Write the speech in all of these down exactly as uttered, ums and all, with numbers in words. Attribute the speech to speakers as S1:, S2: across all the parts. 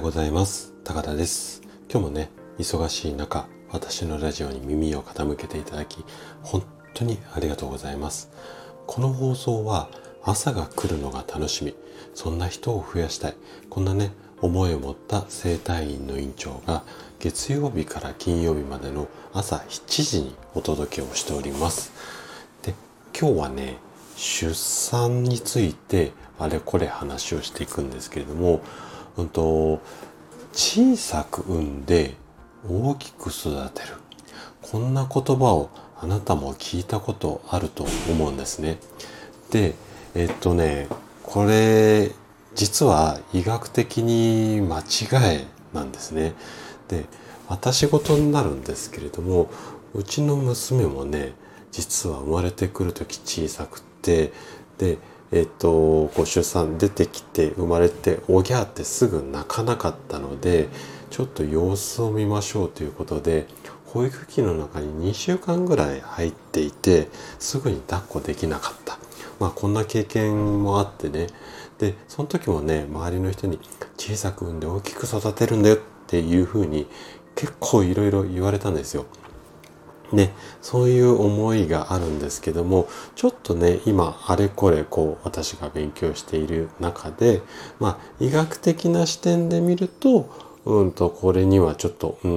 S1: ございます。高田です。今日もね、忙しい中、私のラジオに耳を傾けていただき、本当にありがとうございます。この放送は、朝が来るのが楽しみ、そんな人を増やしたい、こんなね、思いを持った整体院の院長が、月曜日から金曜日までの朝しちじにお届けをしております。で、今日はね、出産についてあれこれ話をしていくんですけれども、うんと、小さく産んで大きく育てる。こんな言葉をあなたも聞いたことあると思うんですね。で、えっとね、これ実は医学的に間違いなんですね。で、私事になるんですけれども、うちの娘もね、実は生まれてくるとき小さくて、で、えっと、ご出産出てきて生まれておぎゃーってすぐ泣かなかったので、ちょっと様子を見ましょうということで、保育器の中ににしゅうかんぐらい入っていて、すぐに抱っこできなかった。まあこんな経験もあってね。で、その時もね、周りの人に小さく産んで大きく育てるんだよっていうふうに結構いろいろ言われたんですよ。ね、そういう思いがあるんですけども、ちょっとね、今、あれこれ、こう、私が勉強している中で、まあ、医学的な視点で見ると、うんと、これにはちょっと、うん、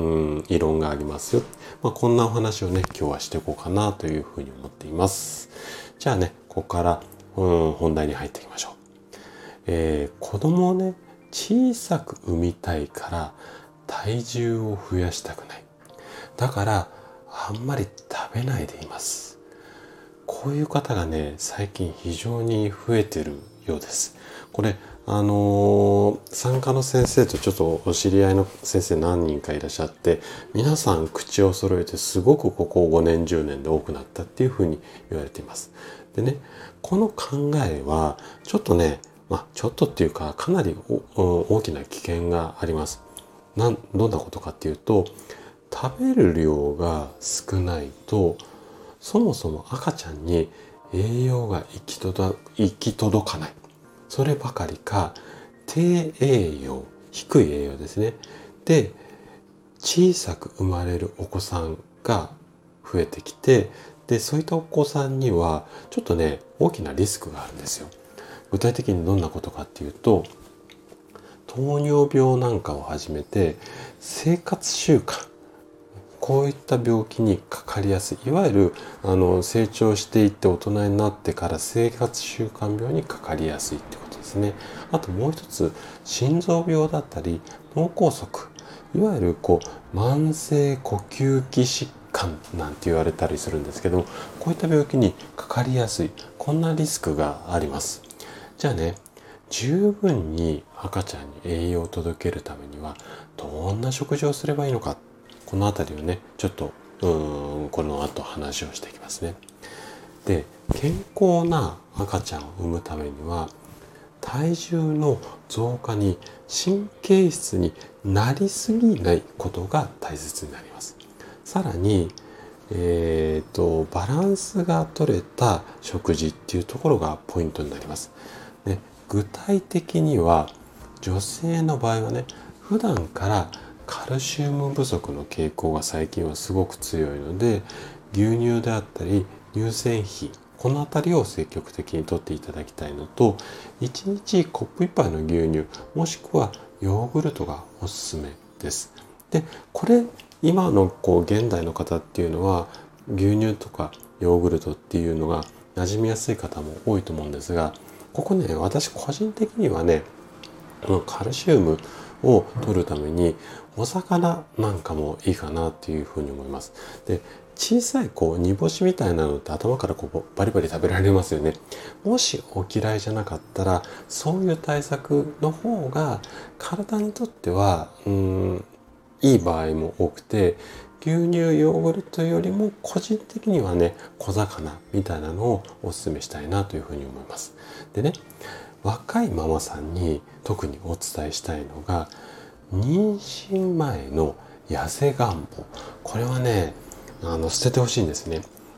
S1: 異論がありますよ。まあ、こんなお話をね、今日はしていこうかなというふうに思っています。じゃあね、ここから、うん、本題に入っていきましょう。えー、子供をね、小さく産みたいから、体重を増やしたくない。だから、あんまり食べないでいます。こういう方がね、最近非常に増えてるようです。これ、あのー、産科の先生とちょっとお知り合いの先生何人かいらっしゃって、皆さん口を揃えてすごくここごねんじゅうねんで多くなったっていうふうに言われています。でね、この考えは、ちょっとね、まあ、ちょっとっていうか、かなり大きな危険があります。なん、どんなことかっていうと、食べる量が少ないと、そもそも赤ちゃんに栄養が行き届行き届かない。そればかりか、低栄養、低い栄養ですね。で、小さく生まれるお子さんが増えてきて、で、そういったお子さんには、ちょっとね、大きなリスクがあるんですよ。具体的にどんなことかっていうと、糖尿病なんかを始めて、生活習慣、こういった病気にかかりやすい。いわゆるあの成長していって大人になってから生活習慣病にかかりやすいってことですね。あともう一つ、心臓病だったり脳梗塞、いわゆるこう慢性呼吸器疾患なんて言われたりするんですけど、こういった病気にかかりやすい、こんなリスクがあります。じゃあね、十分に赤ちゃんに栄養を届けるためにはどんな食事をすればいいのか、このあたりをね、ちょっとうーんこの後話をしていきますね。で、健康な赤ちゃんを産むためには、体重の増加に神経質になりすぎないことが大切になります。さらに、えーと、バランスが取れた食事っていうところがポイントになります。で、具体的には、女性の場合はね、普段からカルシウム不足の傾向が最近はすごく強いので、牛乳であったり乳製品、このあたりを積極的にとっていただきたいのと、いちにちコップいっぱいの牛乳、もしくはヨーグルトがおすすめです。で、これ今のこう現代の方っていうのは牛乳とかヨーグルトっていうのが馴染みやすい方も多いと思うんですが、ここね、私個人的にはね、カルシウムを取るためにお魚なんかもいいかなっていうふうに思います。で、小さいこう煮干しみたいなのって頭からこうバリバリ食べられますよね。もしお嫌いじゃなかったら、そういう対策の方が体にとってはうーんいい場合も多くて、牛乳ヨーグルトよりも個人的にはね、小魚みたいなのをお勧めしたいなというふうに思います。でね、若いママさんに特にお伝えしたいのが、妊娠前の痩せ願望。これはね、あの捨ててほしいんですね。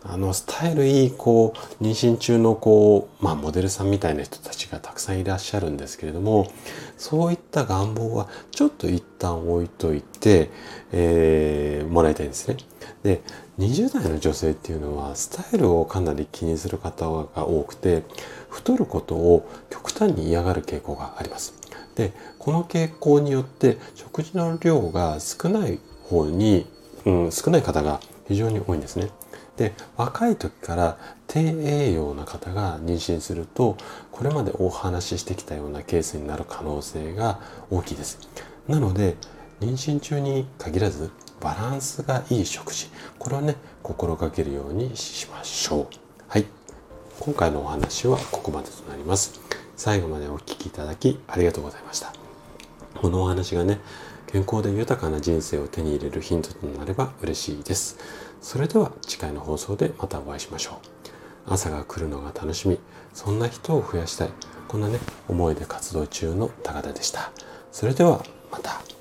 S1: あのスタイルいいこう妊娠中のこう、まあ、モデルさんみたいな人たちがたくさんいらっしゃるんですけれども、そういった願望はちょっと一旦置いといて、えー、もらいたいんですね。で、にじゅう代の女性っていうのはスタイルをかなり気にする方が多くて、太ることを極端に嫌がる傾向があります。で、この傾向によって食事の量が少ない方に、うん、少ない方が非常に多いんですね。で、若い時から低栄養な方が妊娠すると、これまでお話ししてきたようなケースになる可能性が大きいです。なので、妊娠中に限らずバランスがいい食事、これをね、心がけるようにしましょう。はい。今回のお話はここまでとなります。最後までお聞きいただきありがとうございました。このお話がね、健康で豊かな人生を手に入れるヒントとなれば嬉しいです。それでは次回の放送でまたお会いしましょう。朝が来るのが楽しみ、そんな人を増やしたい、こんなね、思いで活動中の高田でした。それではまた。